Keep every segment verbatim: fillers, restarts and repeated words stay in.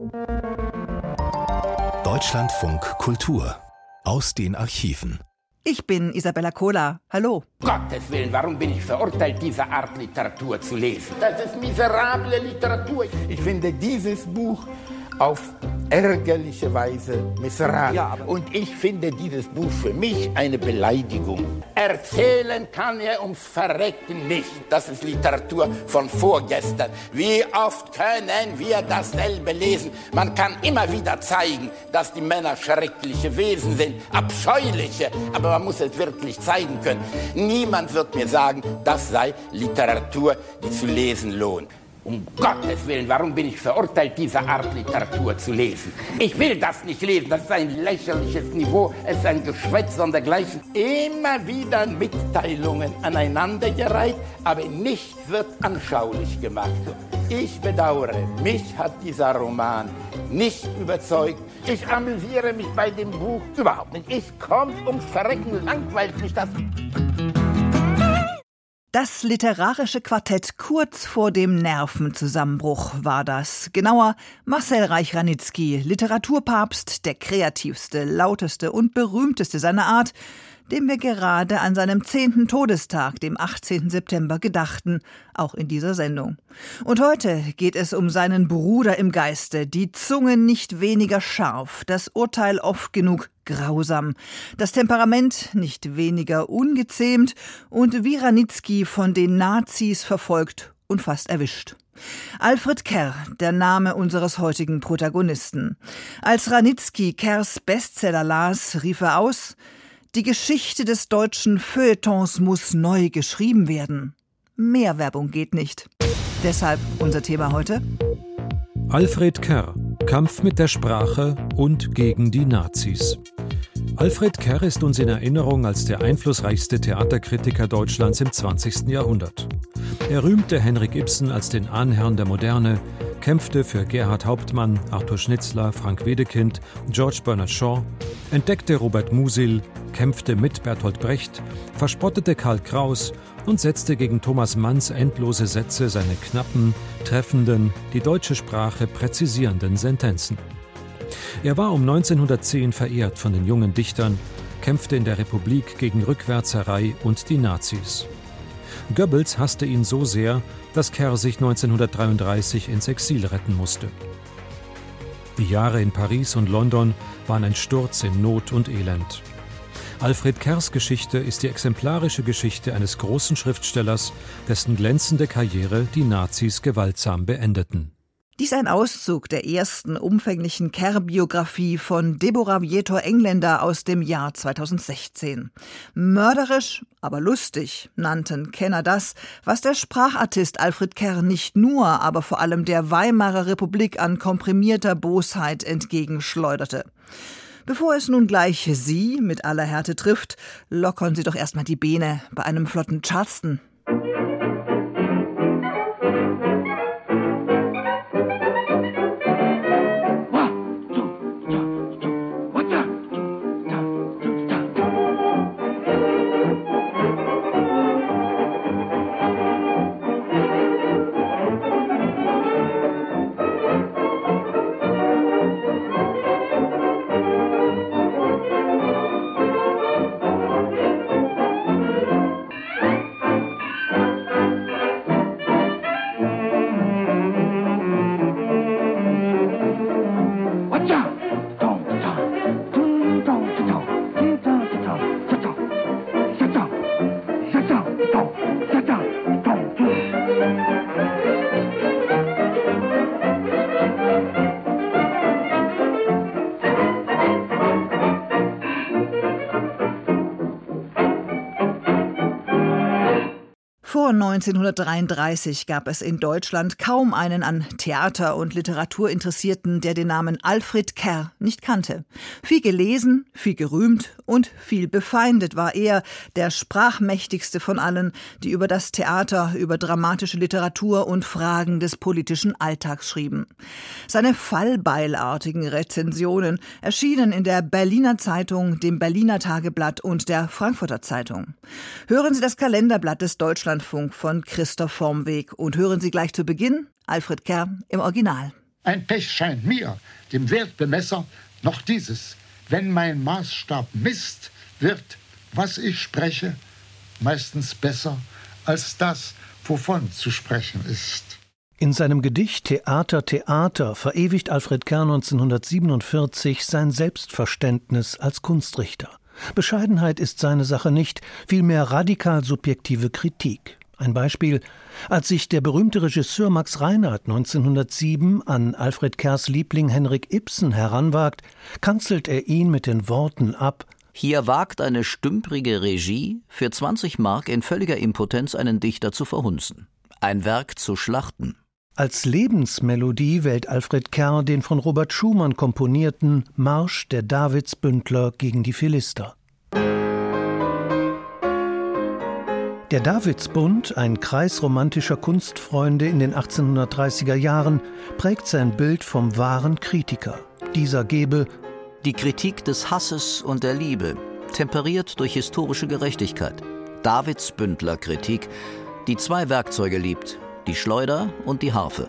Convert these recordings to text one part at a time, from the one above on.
Deutschlandfunk Kultur aus den Archiven. Ich bin Isabella Kohler. Hallo. Gottes Willen, warum bin ich verurteilt, diese Art Literatur zu lesen? Das ist miserable Literatur. Ich finde dieses Buch auf ärgerliche Weise miserabel. Ja, und ich finde dieses Buch für mich eine Beleidigung. Erzählen kann er ums Verrecken nicht. Das ist Literatur von vorgestern. Wie oft können wir dasselbe lesen? Man kann immer wieder zeigen, dass die Männer schreckliche Wesen sind, abscheuliche, aber man muss es wirklich zeigen können. Niemand wird mir sagen, das sei Literatur, die zu lesen lohnt. Um Gottes Willen, warum bin ich verurteilt, diese Art Literatur zu lesen? Ich will das nicht lesen, das ist ein lächerliches Niveau, es ist ein Geschwätz und dergleichen. Immer wieder Mitteilungen aneinandergereiht, aber nichts wird anschaulich gemacht. Ich bedauere, mich hat dieser Roman nicht überzeugt. Ich amüsiere mich bei dem Buch überhaupt nicht. Ich komme ums Verrecken, langweilt mich das. Das literarische Quartett kurz vor dem Nervenzusammenbruch war das. Genauer Marcel Reich-Ranitzky, Literaturpapst, der kreativste, lauteste und berühmteste seiner Art, dem wir gerade an seinem zehnten Todestag, dem achtzehnten September, gedachten, auch in dieser Sendung. Und heute geht es um seinen Bruder im Geiste, die Zunge nicht weniger scharf, das Urteil oft genug grausam, das Temperament nicht weniger ungezähmt und wie Ranitzky von den Nazis verfolgt und fast erwischt. Alfred Kerr, der Name unseres heutigen Protagonisten. Als Ranitzky Kerrs Bestseller las, rief er aus: Die Geschichte des deutschen Feuilletons muss neu geschrieben werden. Mehr Werbung geht nicht. Deshalb unser Thema heute: Alfred Kerr, Kampf mit der Sprache und gegen die Nazis. Alfred Kerr ist uns in Erinnerung als der einflussreichste Theaterkritiker Deutschlands im zwanzigsten Jahrhundert. Er rühmte Henrik Ibsen als den Ahnherrn der Moderne, kämpfte für Gerhard Hauptmann, Arthur Schnitzler, Frank Wedekind, George Bernard Shaw, entdeckte Robert Musil, kämpfte mit Bertolt Brecht, verspottete Karl Kraus und setzte gegen Thomas Manns endlose Sätze seine knappen, treffenden, die deutsche Sprache präzisierenden Sentenzen. Er war um neunzehnhundertzehn verehrt von den jungen Dichtern, kämpfte in der Republik gegen Rückwärtserei und die Nazis. Goebbels hasste ihn so sehr, dass Kerr sich neunzehnhundertdreiunddreißig ins Exil retten musste. Die Jahre in Paris und London waren ein Sturz in Not und Elend. Alfred Kerrs Geschichte ist die exemplarische Geschichte eines großen Schriftstellers, dessen glänzende Karriere die Nazis gewaltsam beendeten. Dies ein Auszug der ersten umfänglichen Kerr-Biografie von Deborah Vietor Engländer aus dem Jahr zweitausendsechzehn. Mörderisch, aber lustig nannten Kenner das, was der Sprachartist Alfred Kerr nicht nur, aber vor allem der Weimarer Republik an komprimierter Bosheit entgegenschleuderte. Bevor es nun gleich Sie mit aller Härte trifft, lockern Sie doch erstmal die Beine bei einem flotten Charleston. Vor neunzehnhundertdreiunddreißig gab es in Deutschland kaum einen an Theater und Literatur Interessierten, der den Namen Alfred Kerr nicht kannte. Viel gelesen, viel gerühmt und viel befeindet war er, der sprachmächtigste von allen, die über das Theater, über dramatische Literatur und Fragen des politischen Alltags schrieben. Seine fallbeilartigen Rezensionen erschienen in der Berliner Zeitung, dem Berliner Tageblatt und der Frankfurter Zeitung. Hören Sie das Kalenderblatt des Deutschlandfunk von Christoph Vormweg und hören Sie gleich zu Beginn Alfred Kerr im Original. Ein Pech scheint mir, dem Wertbemesser, noch dieses: Wenn mein Maßstab misst, wird, was ich spreche, meistens besser als das, wovon zu sprechen ist. In seinem Gedicht »Theater, Theater« verewigt Alfred Kerr neunzehnhundertsiebenundvierzig sein Selbstverständnis als Kunstrichter. Bescheidenheit ist seine Sache nicht, vielmehr radikal subjektive Kritik. Ein Beispiel: Als sich der berühmte Regisseur Max Reinhardt neunzehnhundertsieben an Alfred Kerrs Liebling Henrik Ibsen heranwagt, kanzelt er ihn mit den Worten ab: »Hier wagt eine stümprige Regie, für zwanzig Mark in völliger Impotenz einen Dichter zu verhunzen. Ein Werk zu schlachten.« Als Lebensmelodie wählt Alfred Kerr den von Robert Schumann komponierten Marsch der Davidsbündler gegen die Philister. Der Davidsbund, ein Kreis romantischer Kunstfreunde in den achtzehnhundertdreißiger Jahren, prägt sein Bild vom wahren Kritiker. Dieser gebe die Kritik des Hasses und der Liebe, temperiert durch historische Gerechtigkeit. Davidsbündler-Kritik, die zwei Werkzeuge liebt, die Schleuder und die Harfe.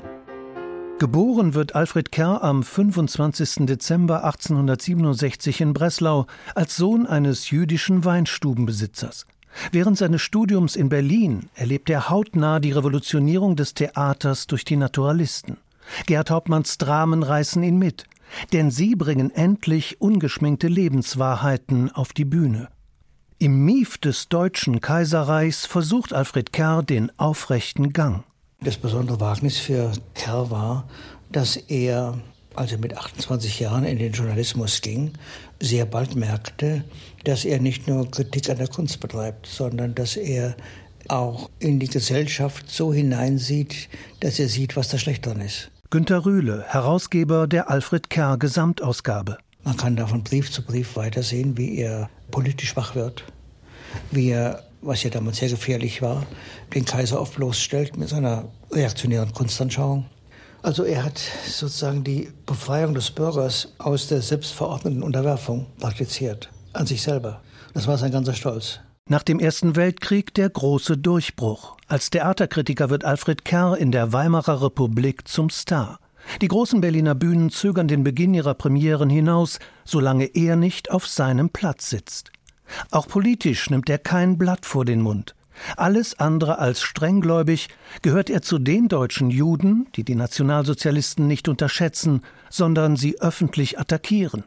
Geboren wird Alfred Kerr am fünfundzwanzigsten Dezember achtzehnhundertsiebenundsechzig in Breslau als Sohn eines jüdischen Weinstubenbesitzers. Während seines Studiums in Berlin erlebt er hautnah die Revolutionierung des Theaters durch die Naturalisten. Gerd Hauptmanns Dramen reißen ihn mit, denn sie bringen endlich ungeschminkte Lebenswahrheiten auf die Bühne. Im Mief des Deutschen Kaiserreichs versucht Alfred Kerr den aufrechten Gang. Das besondere Wagnis für Kerr war, dass er, als er mit achtundzwanzig Jahren in den Journalismus ging, sehr bald merkte, dass er nicht nur Kritik an der Kunst betreibt, sondern dass er auch in die Gesellschaft so hineinsieht, dass er sieht, was da schlecht dran ist. Günter Rühle, Herausgeber der Alfred Kerr Gesamtausgabe. Man kann da von Brief zu Brief weitersehen, wie er politisch wach wird, wie er, was ja damals sehr gefährlich war, den Kaiser oft bloßstellt mit seiner reaktionären Kunstanschauung. Also er hat sozusagen die Befreiung des Bürgers aus der selbstverordneten Unterwerfung praktiziert, an sich selber. Das war sein ganzer Stolz. Nach dem Ersten Weltkrieg der große Durchbruch. Als Theaterkritiker wird Alfred Kerr in der Weimarer Republik zum Star. Die großen Berliner Bühnen zögern den Beginn ihrer Premieren hinaus, solange er nicht auf seinem Platz sitzt. Auch politisch nimmt er kein Blatt vor den Mund. Alles andere als strenggläubig gehört er zu den deutschen Juden, die die Nationalsozialisten nicht unterschätzen, sondern sie öffentlich attackieren.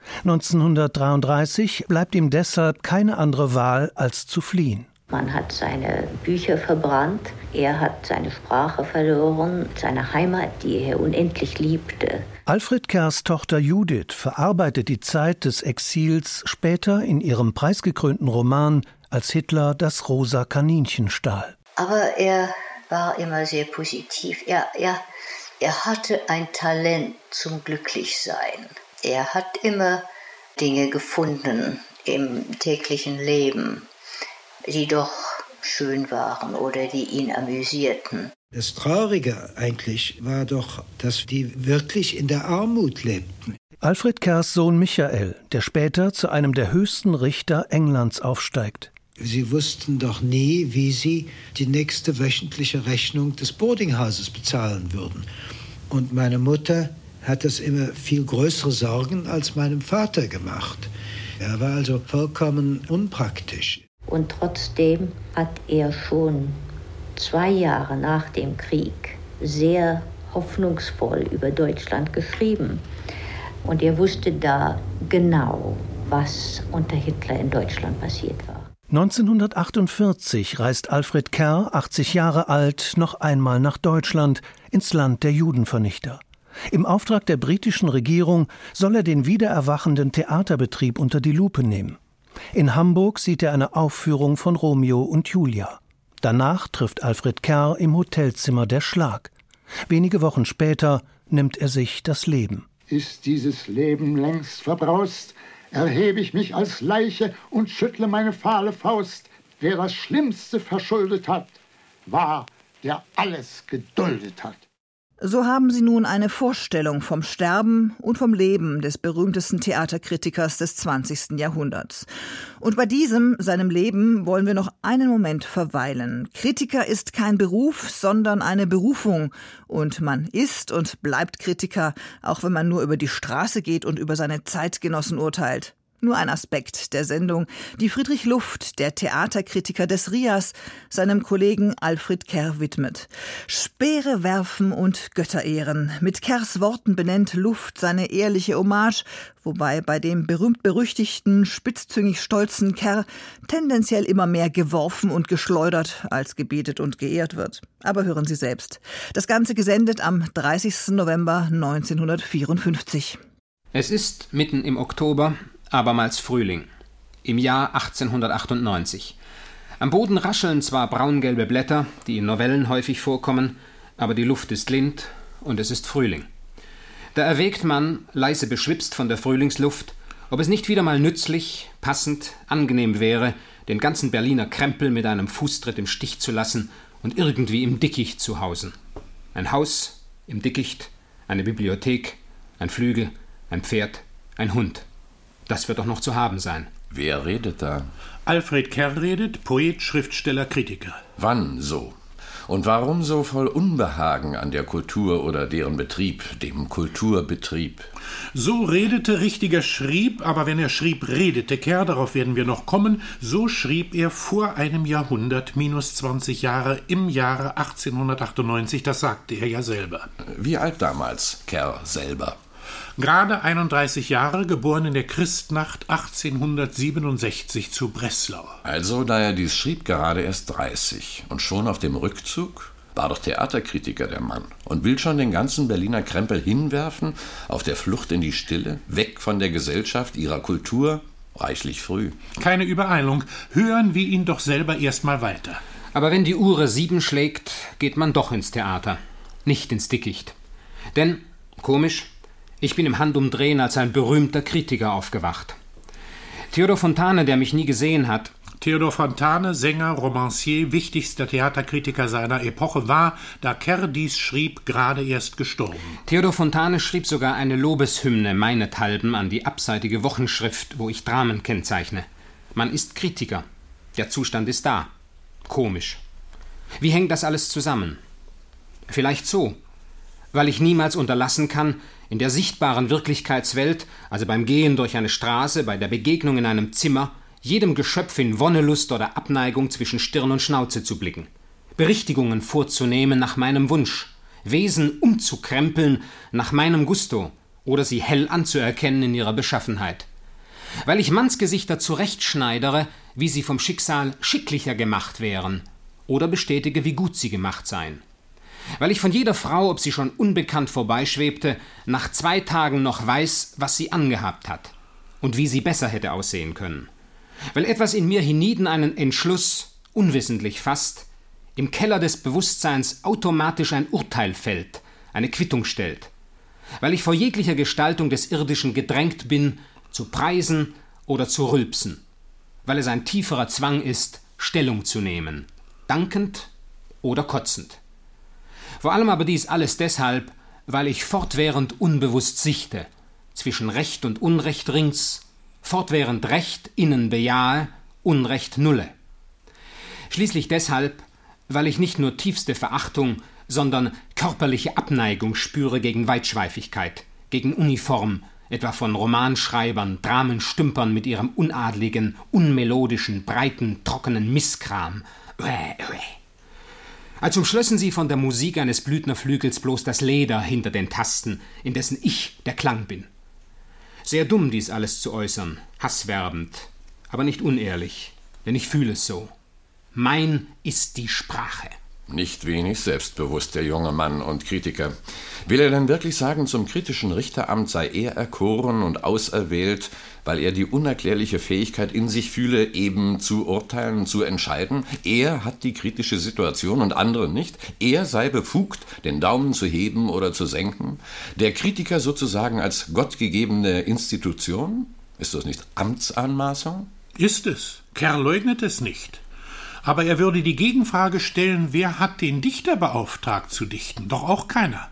neunzehnhundertdreiunddreißig bleibt ihm deshalb keine andere Wahl, als zu fliehen. Man hat seine Bücher verbrannt, er hat seine Sprache verloren, seine Heimat, die er unendlich liebte. Alfred Kerrs Tochter Judith verarbeitet die Zeit des Exils später in ihrem preisgekrönten Roman Als Hitler das rosa Kaninchen stahl. Aber er war immer sehr positiv. Er, er, er hatte ein Talent zum Glücklichsein. Er hat immer Dinge gefunden im täglichen Leben, die doch schön waren oder die ihn amüsierten. Das Traurige eigentlich war doch, dass die wirklich in der Armut lebten. Alfred Kerrs Sohn Michael, der später zu einem der höchsten Richter Englands aufsteigt. Sie wussten doch nie, wie sie die nächste wöchentliche Rechnung des Boardinghauses bezahlen würden. Und meine Mutter hat es immer viel größere Sorgen als meinem Vater gemacht. Er war also vollkommen unpraktisch. Und trotzdem hat er schon zwei Jahre nach dem Krieg sehr hoffnungsvoll über Deutschland geschrieben. Und er wusste da genau, was unter Hitler in Deutschland passiert war. neunzehnhundertachtundvierzig reist Alfred Kerr, achtzig Jahre alt, noch einmal nach Deutschland, ins Land der Judenvernichter. Im Auftrag der britischen Regierung soll er den wiedererwachenden Theaterbetrieb unter die Lupe nehmen. In Hamburg sieht er eine Aufführung von Romeo und Julia. Danach trifft Alfred Kerr im Hotelzimmer der Schlag. Wenige Wochen später nimmt er sich das Leben. Ist dieses Leben längst verbraust, erhebe ich mich als Leiche und schüttle meine fahle Faust. Wer das Schlimmste verschuldet hat, war, der alles geduldet hat. So haben Sie nun eine Vorstellung vom Sterben und vom Leben des berühmtesten Theaterkritikers des zwanzigsten Jahrhunderts. Und bei diesem, seinem Leben, wollen wir noch einen Moment verweilen. Kritiker ist kein Beruf, sondern eine Berufung. Und man ist und bleibt Kritiker, auch wenn man nur über die Straße geht und über seine Zeitgenossen urteilt. Nur ein Aspekt der Sendung, die Friedrich Luft, der Theaterkritiker des R I A S, seinem Kollegen Alfred Kerr widmet. Speere werfen und Götter ehren. Mit Kerrs Worten benennt Luft seine ehrliche Hommage, wobei bei dem berühmt-berüchtigten, spitzzüngig stolzen Kerr tendenziell immer mehr geworfen und geschleudert als gebetet und geehrt wird. Aber hören Sie selbst. Das Ganze gesendet am dreißigsten November neunzehnhundertvierundfünfzig. Es ist mitten im Oktober, abermals Frühling, im Jahr achtzehnhundertachtundneunzig. Am Boden rascheln zwar braungelbe Blätter, die in Novellen häufig vorkommen, aber die Luft ist lind und es ist Frühling. Da erwägt man, leise beschwipst von der Frühlingsluft, ob es nicht wieder mal nützlich, passend, angenehm wäre, den ganzen Berliner Krempel mit einem Fußtritt im Stich zu lassen und irgendwie im Dickicht zu hausen. Ein Haus im Dickicht, eine Bibliothek, ein Flügel, ein Pferd, ein Hund. Das wird doch noch zu haben sein. Wer redet da? Alfred Kerr redet, Poet, Schriftsteller, Kritiker. Wann so? Und warum so voll Unbehagen an der Kultur oder deren Betrieb, dem Kulturbetrieb? So redete, richtiger schrieb, aber wenn er schrieb, redete Kerr, darauf werden wir noch kommen, so schrieb er vor einem Jahrhundert, minus zwanzig Jahre, im Jahre achtzehnhundertachtundneunzig, das sagte er ja selber. Wie alt damals, Kerr selber? Gerade einunddreißig Jahre, geboren in der Christnacht achtzehnhundertsiebenundsechzig zu Breslau. Also, da er dies schrieb, gerade erst dreißig. Und schon auf dem Rückzug? War doch Theaterkritiker der Mann. Und will schon den ganzen Berliner Krempel hinwerfen, auf der Flucht in die Stille, weg von der Gesellschaft, ihrer Kultur, reichlich früh. Keine Übereilung. Hören wir ihn doch selber erst mal weiter. Aber wenn die Uhr sieben schlägt, geht man doch ins Theater. Nicht ins Dickicht. Denn, komisch, ich bin im Handumdrehen als ein berühmter Kritiker aufgewacht. Theodor Fontane, der mich nie gesehen hat. Theodor Fontane, Sänger, Romancier, wichtigster Theaterkritiker seiner Epoche, war, da Kerr dies schrieb, gerade erst gestorben. Theodor Fontane schrieb sogar eine Lobeshymne meinethalben an die abseitige Wochenschrift, wo ich Dramen kennzeichne. Man ist Kritiker. Der Zustand ist da. Komisch. Wie hängt das alles zusammen? Vielleicht so, weil ich niemals unterlassen kann, in der sichtbaren Wirklichkeitswelt, also beim Gehen durch eine Straße, bei der Begegnung in einem Zimmer, jedem Geschöpf in Wonnelust oder Abneigung zwischen Stirn und Schnauze zu blicken, Berichtigungen vorzunehmen nach meinem Wunsch, Wesen umzukrempeln nach meinem Gusto oder sie hell anzuerkennen in ihrer Beschaffenheit. Weil ich Mannsgesichter zurechtschneidere, wie sie vom Schicksal schicklicher gemacht wären, oder bestätige, wie gut sie gemacht seien. Weil ich von jeder Frau, ob sie schon unbekannt vorbeischwebte, nach zwei Tagen noch weiß, was sie angehabt hat und wie sie besser hätte aussehen können. Weil etwas in mir hienieden einen Entschluss, unwissentlich fast, im Keller des Bewusstseins automatisch ein Urteil fällt, eine Quittung stellt. Weil ich vor jeglicher Gestaltung des Irdischen gedrängt bin, zu preisen oder zu rülpsen. Weil es ein tieferer Zwang ist, Stellung zu nehmen, dankend oder kotzend. Vor allem aber dies alles deshalb, weil ich fortwährend unbewusst sichte, zwischen Recht und Unrecht rings, fortwährend Recht innen bejahe, Unrecht nulle. Schließlich deshalb, weil ich nicht nur tiefste Verachtung, sondern körperliche Abneigung spüre gegen Weitschweifigkeit, gegen Uniform, etwa von Romanschreibern, Dramenstümpern mit ihrem unadligen, unmelodischen, breiten, trockenen Misskram. Uäh, uäh. Als umschlössen sie von der Musik eines Blüthnerflügels bloß das Leder hinter den Tasten, in dessen ich der Klang bin. Sehr dumm, dies alles zu äußern, hasswerbend, aber nicht unehrlich, denn ich fühle es so. Mein ist die Sprache. Nicht wenig selbstbewusst, der junge Mann und Kritiker. Will er denn wirklich sagen, zum kritischen Richteramt sei er erkoren und auserwählt, weil er die unerklärliche Fähigkeit in sich fühle, eben zu urteilen, zu entscheiden? Er hat die kritische Situation und andere nicht. Er sei befugt, den Daumen zu heben oder zu senken. Der Kritiker sozusagen als gottgegebene Institution? Ist das nicht Amtsanmaßung? Ist es. Kerr leugnet es nicht. Aber er würde die Gegenfrage stellen, wer hat den Dichter beauftragt zu dichten? Doch auch keiner.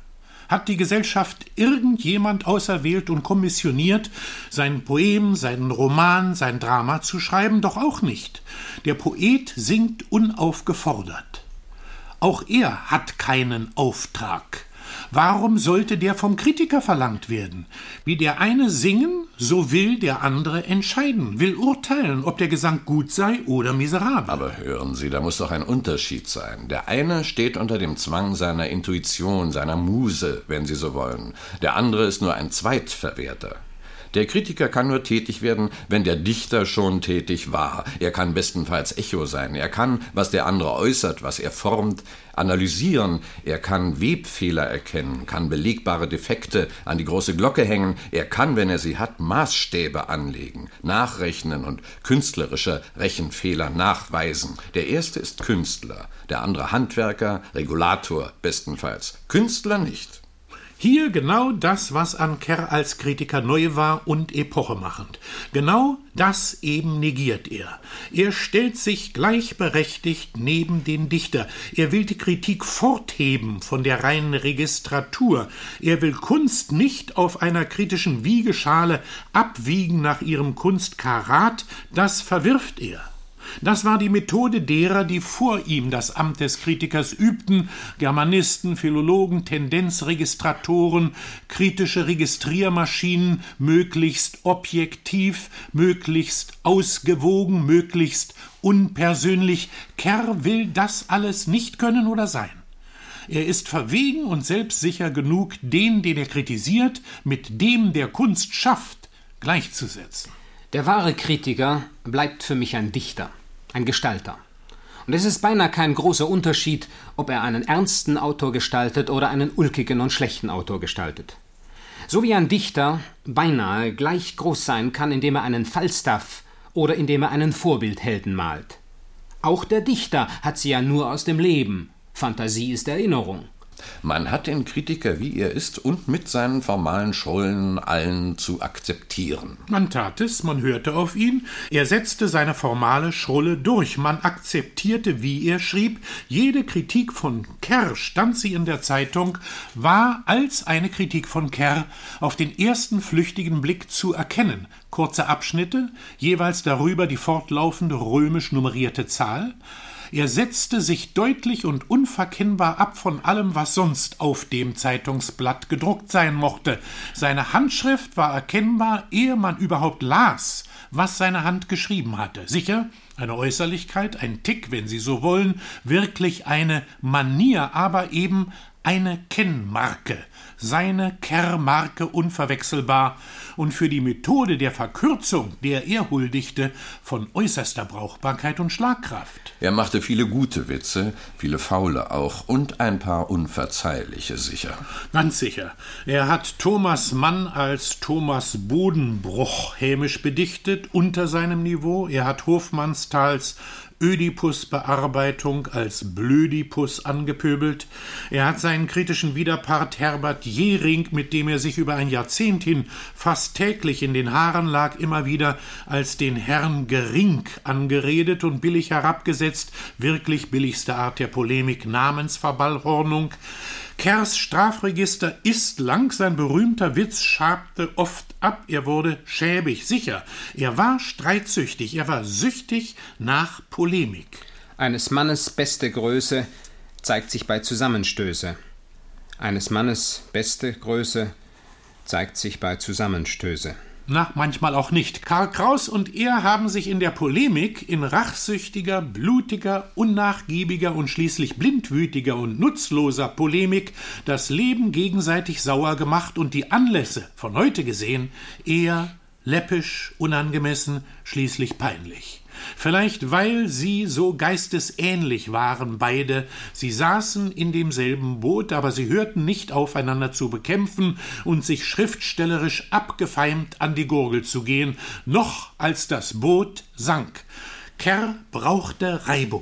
Hat die Gesellschaft irgendjemand auserwählt und kommissioniert, sein Poem, seinen Roman, sein Drama zu schreiben? Doch auch nicht. Der Poet singt unaufgefordert. Auch er hat keinen Auftrag. Warum sollte der vom Kritiker verlangt werden? Wie der eine singen, so will der andere entscheiden, will urteilen, ob der Gesang gut sei oder miserabel. Aber hören Sie, da muss doch ein Unterschied sein. Der eine steht unter dem Zwang seiner Intuition, seiner Muse, wenn Sie so wollen. Der andere ist nur ein Zweitverwerter. Der Kritiker kann nur tätig werden, wenn der Dichter schon tätig war. Er kann bestenfalls Echo sein. Er kann, was der andere äußert, was er formt, analysieren. Er kann Webfehler erkennen, kann belegbare Defekte an die große Glocke hängen. Er kann, wenn er sie hat, Maßstäbe anlegen, nachrechnen und künstlerische Rechenfehler nachweisen. Der erste ist Künstler, der andere Handwerker, Regulator bestenfalls. Künstler nicht. Hier genau das, was an Kerr als Kritiker neu war und epochemachend. Genau das eben negiert er. Er stellt sich gleichberechtigt neben den Dichter. Er will die Kritik fortheben von der reinen Registratur. Er will Kunst nicht auf einer kritischen Wiegeschale abwiegen nach ihrem Kunstkarat. Das verwirft er. Das war die Methode derer, die vor ihm das Amt des Kritikers übten, Germanisten, Philologen, Tendenzregistratoren, kritische Registriermaschinen, möglichst objektiv, möglichst ausgewogen, möglichst unpersönlich. Kerr will das alles nicht können oder sein. Er ist verwegen und selbstsicher genug, den, den er kritisiert, mit dem, der Kunst schafft, gleichzusetzen. Der wahre Kritiker bleibt für mich ein Dichter, ein Gestalter. Und es ist beinahe kein großer Unterschied, ob er einen ernsten Autor gestaltet oder einen ulkigen und schlechten Autor gestaltet. So wie ein Dichter beinahe gleich groß sein kann, indem er einen Falstaff oder indem er einen Vorbildhelden malt. Auch der Dichter hat sie ja nur aus dem Leben. Fantasie ist Erinnerung. Man hat den Kritiker, wie er ist, und mit seinen formalen Schollen allen zu akzeptieren. Man tat es, man hörte auf ihn, er setzte seine formale Schrolle durch, man akzeptierte, wie er schrieb. Jede Kritik von Kerr, stand sie in der Zeitung, war als eine Kritik von Kerr auf den ersten flüchtigen Blick zu erkennen. Kurze Abschnitte, jeweils darüber die fortlaufende römisch nummerierte Zahl. Er setzte sich deutlich und unverkennbar ab von allem, was sonst auf dem Zeitungsblatt gedruckt sein mochte. Seine Handschrift war erkennbar, ehe man überhaupt las, was seine Hand geschrieben hatte. Sicher, eine Äußerlichkeit, ein Tick, wenn Sie so wollen, wirklich eine Manier, aber eben eine Kennmarke. Seine Kerr-Marke unverwechselbar und für die Methode der Verkürzung, der er huldigte, von äußerster Brauchbarkeit und Schlagkraft. Er machte viele gute Witze, viele faule auch und ein paar unverzeihliche sicher. Ganz sicher. Er hat Thomas Mann als Thomas Bodenbruch hämisch bedichtet, unter seinem Niveau. Er hat Hofmannsthals Ödipus-Bearbeitung als Blödipus angepöbelt. Er hat seinen kritischen Widerpart Herbert Jering, mit dem er sich über ein Jahrzehnt hin fast täglich in den Haaren lag, immer wieder als den Herrn Gering angeredet und billig herabgesetzt, wirklich billigste Art der Polemik, Namensverballhornung. Kerrs Strafregister ist lang, sein berühmter Witz schabte oft ab, er wurde schäbig, sicher. Er war streitsüchtig, er war süchtig nach Polemik. Eines Mannes beste Größe zeigt sich bei Zusammenstöße. Eines Mannes beste Größe zeigt sich bei Zusammenstöße. Na, manchmal auch nicht. Karl Kraus und er haben sich in der Polemik in rachsüchtiger, blutiger, unnachgiebiger und schließlich blindwütiger und nutzloser Polemik das Leben gegenseitig sauer gemacht und die Anlässe, von heute gesehen, eher läppisch, unangemessen, schließlich peinlich. Vielleicht, weil sie so geistesähnlich waren, beide. Sie saßen in demselben Boot, aber sie hörten nicht auf, einander zu bekämpfen und sich schriftstellerisch abgefeimt an die Gurgel zu gehen, noch als das Boot sank. Kerr brauchte Reibung.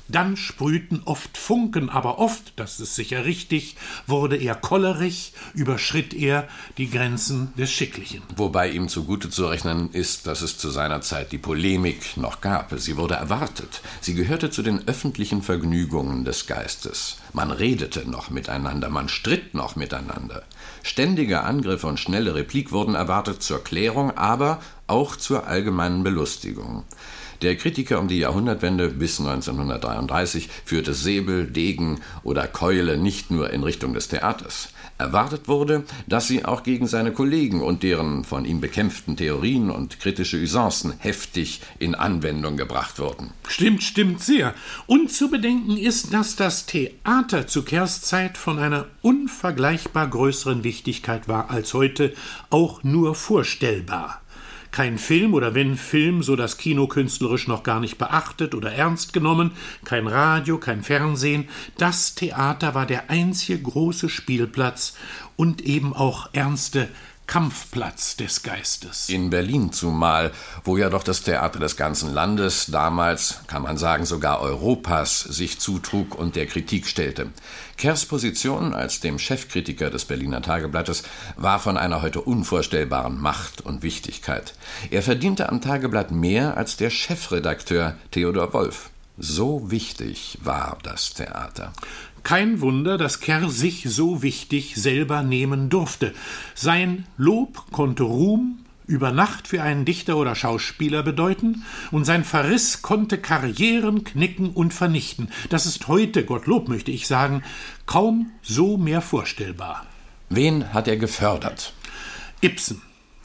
dann sprühten oft Funken, aber oft, das ist sicher richtig, wurde er cholerisch, überschritt er die Grenzen des Schicklichen. Wobei ihm zugute zu rechnen ist, dass es zu seiner Zeit die Polemik noch gab. Sie wurde erwartet. Sie gehörte zu den öffentlichen Vergnügungen des Geistes. Man redete noch miteinander, man stritt noch miteinander. Ständige Angriffe und schnelle Replik wurden erwartet zur Klärung, aber auch zur allgemeinen Belustigung. Der Kritiker um die Jahrhundertwende bis neunzehnhundertdreiunddreißig führte Säbel, Degen oder Keule nicht nur in Richtung des Theaters. Erwartet wurde, dass sie auch gegen seine Kollegen und deren von ihm bekämpften Theorien und kritische Usancen heftig in Anwendung gebracht wurden. Stimmt, stimmt sehr. Und zu bedenken ist, dass das Theater zu Kerrs Zeit von einer unvergleichbar größeren Wichtigkeit war als heute, auch nur vorstellbar. Kein Film oder wenn Film, so das Kino künstlerisch noch gar nicht beachtet oder ernst genommen, kein Radio, kein Fernsehen. Das Theater war der einzige große Spielplatz und eben auch ernste Kampfplatz des Geistes. In Berlin zumal, wo ja doch das Theater des ganzen Landes, damals, kann man sagen, sogar Europas, sich zutrug und der Kritik stellte. Kerrs Position als dem Chefkritiker des Berliner Tageblattes war von einer heute unvorstellbaren Macht und Wichtigkeit. Er verdiente am Tageblatt mehr als der Chefredakteur Theodor Wolff. So wichtig war das Theater. Kein Wunder, dass Kerr sich so wichtig selber nehmen durfte. Sein Lob konnte Ruhm über Nacht für einen Dichter oder Schauspieler bedeuten, und sein Verriss konnte Karrieren knicken und vernichten. Das ist heute, Gottlob möchte ich sagen, kaum so mehr vorstellbar. Wen hat er gefördert? Ibsen.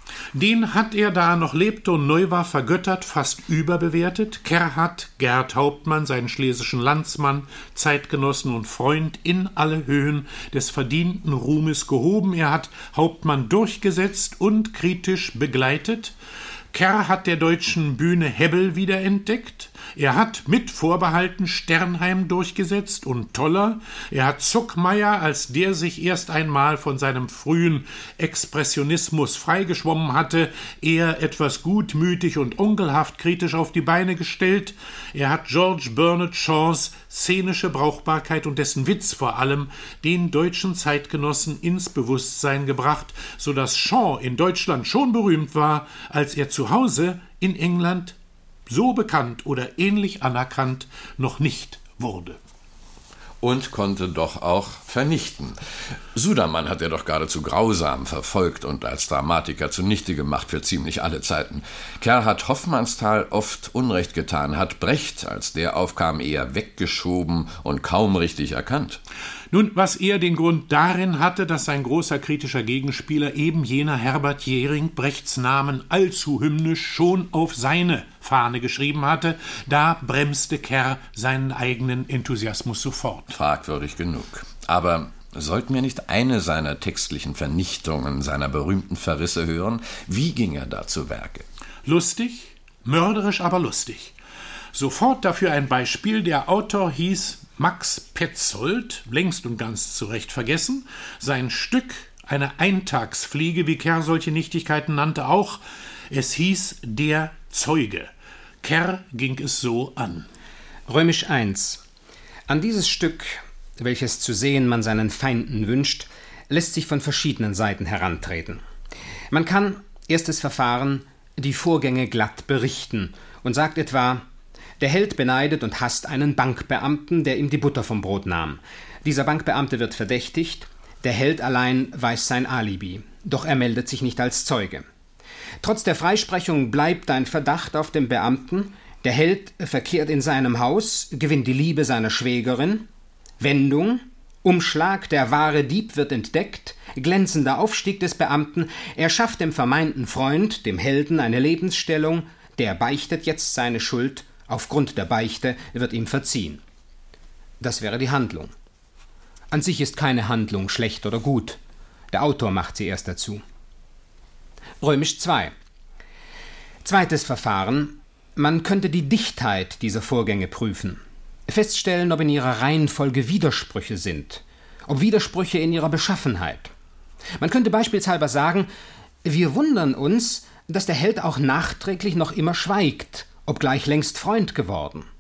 Den hat er, da er noch lebte und neu war, vergöttert, fast überbewertet. Kerr hat Gerd Hauptmann, seinen schlesischen Landsmann, Zeitgenossen und Freund, in alle Höhen des verdienten Ruhmes gehoben. Er hat Hauptmann durchgesetzt und kritisch begleitet. Kerr hat der deutschen Bühne Hebbel wiederentdeckt. Er hat mit Vorbehalten Sternheim durchgesetzt und Toller. Er hat Zuckmayer, als der sich erst einmal von seinem frühen Expressionismus freigeschwommen hatte, eher etwas gutmütig und onkelhaft kritisch auf die Beine gestellt. Er hat George Bernard Shaws szenische Brauchbarkeit und dessen Witz vor allem den deutschen Zeitgenossen ins Bewusstsein gebracht, so dass Shaw in Deutschland schon berühmt war, als er zu Hause in England so bekannt oder ähnlich anerkannt noch nicht wurde. Und konnte doch auch vernichten. Sudermann hat er doch geradezu grausam verfolgt und als Dramatiker zunichte gemacht für ziemlich alle Zeiten. Kerr hat Hoffmannsthal oft Unrecht getan, hat Brecht, als der aufkam, eher weggeschoben und kaum richtig erkannt. Nun, was eher den Grund darin hatte, dass sein großer kritischer Gegenspieler, eben jener Herbert Jähring, Brechts Namen allzu hymnisch schon auf seine Fahne geschrieben hatte, da bremste Kerr seinen eigenen Enthusiasmus sofort. Fragwürdig genug. Aber sollten wir nicht eine seiner textlichen Vernichtungen, seiner berühmten Verrisse hören? Wie ging er da zu Werke? Lustig, mörderisch, aber lustig. Sofort dafür ein Beispiel. Der Autor hieß Max Petzold, längst und ganz zu Recht vergessen. Sein Stück, eine Eintagsfliege, wie Kerr solche Nichtigkeiten nannte, auch. Es hieß Der Zeuge. Kerr ging es so an. Römisch eins. An dieses Stück, welches zu sehen man seinen Feinden wünscht, lässt sich von verschiedenen Seiten herantreten. Man kann, erstes Verfahren, die Vorgänge glatt berichten und sagt etwa: Der Held beneidet und hasst einen Bankbeamten, der ihm die Butter vom Brot nahm. Dieser Bankbeamte wird verdächtigt, der Held allein weiß sein Alibi, doch er meldet sich nicht als Zeuge. Trotz der Freisprechung bleibt ein Verdacht auf dem Beamten, der Held verkehrt in seinem Haus, gewinnt die Liebe seiner Schwägerin. Wendung, Umschlag, der wahre Dieb wird entdeckt, glänzender Aufstieg des Beamten, er schafft dem vermeinten Freund, dem Helden, eine Lebensstellung, der beichtet jetzt seine Schuld, aufgrund der Beichte wird ihm verziehen. Das wäre die Handlung. An sich ist keine Handlung schlecht oder gut. Der Autor macht sie erst dazu. Römisch zwei. Zweites Verfahren. Man könnte die Dichtheit dieser Vorgänge prüfen. Feststellen, ob in ihrer Reihenfolge Widersprüche sind. Ob Widersprüche in ihrer Beschaffenheit. Man könnte beispielshalber sagen, wir wundern uns, dass der Held auch nachträglich noch immer schweigt, obgleich längst Freund geworden.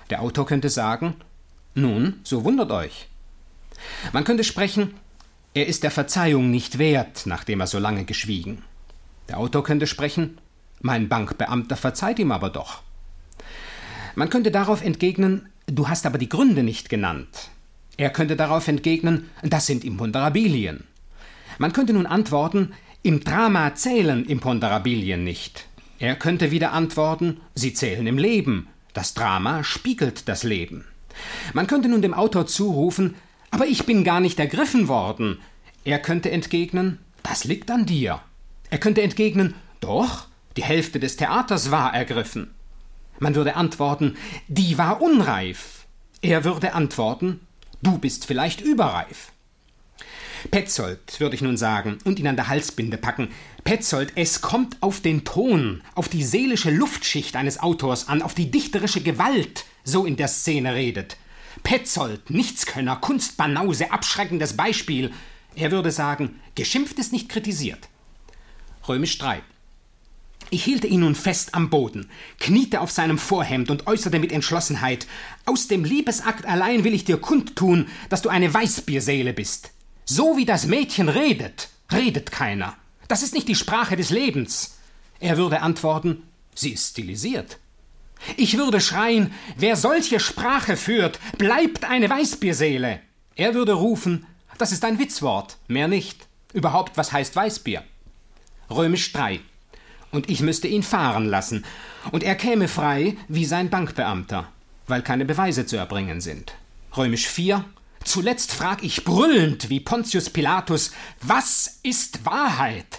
Der Autor könnte sagen, nun, so wundert euch. Man könnte sprechen, er ist der Verzeihung nicht wert, nachdem er so lange geschwiegen. Der Autor könnte sprechen, mein Bankbeamter verzeiht ihm aber doch. Man könnte darauf entgegnen, du hast aber die Gründe nicht genannt. Er könnte darauf entgegnen, das sind Imponderabilien. Man könnte nun antworten, im Drama zählen Imponderabilien nicht. Er könnte wieder antworten, sie zählen im Leben. Das Drama spiegelt das Leben. Man könnte nun dem Autor zurufen, aber ich bin gar nicht ergriffen worden. Er könnte entgegnen, das liegt an dir. Er könnte entgegnen, doch, die Hälfte des Theaters war ergriffen. Man würde antworten, die war unreif. Er würde antworten, du bist vielleicht überreif. Petzold, würde ich nun sagen, und ihn an der Halsbinde packen. Petzold, es kommt auf den Ton, auf die seelische Luftschicht eines Autors an, auf die dichterische Gewalt, so in der Szene redet. Petzold, Nichtskönner, Kunstbanause, abschreckendes Beispiel. Er würde sagen, geschimpft ist nicht kritisiert. Römisch drei. Ich hielte ihn nun fest am Boden, kniete auf seinem Vorhemd und äußerte mit Entschlossenheit, aus dem Liebesakt allein will ich dir kundtun, dass du eine Weißbierseele bist. So wie das Mädchen redet, redet keiner. Das ist nicht die Sprache des Lebens. Er würde antworten, sie ist stilisiert. Ich würde schreien, wer solche Sprache führt, bleibt eine Weißbierseele. Er würde rufen, das ist ein Witzwort, mehr nicht. Überhaupt, was heißt Weißbier? Römisch drei. Und ich müsste ihn fahren lassen. Und er käme frei wie sein Bankbeamter, weil keine Beweise zu erbringen sind. Römisch vier. Zuletzt frag ich brüllend wie Pontius Pilatus, was ist Wahrheit?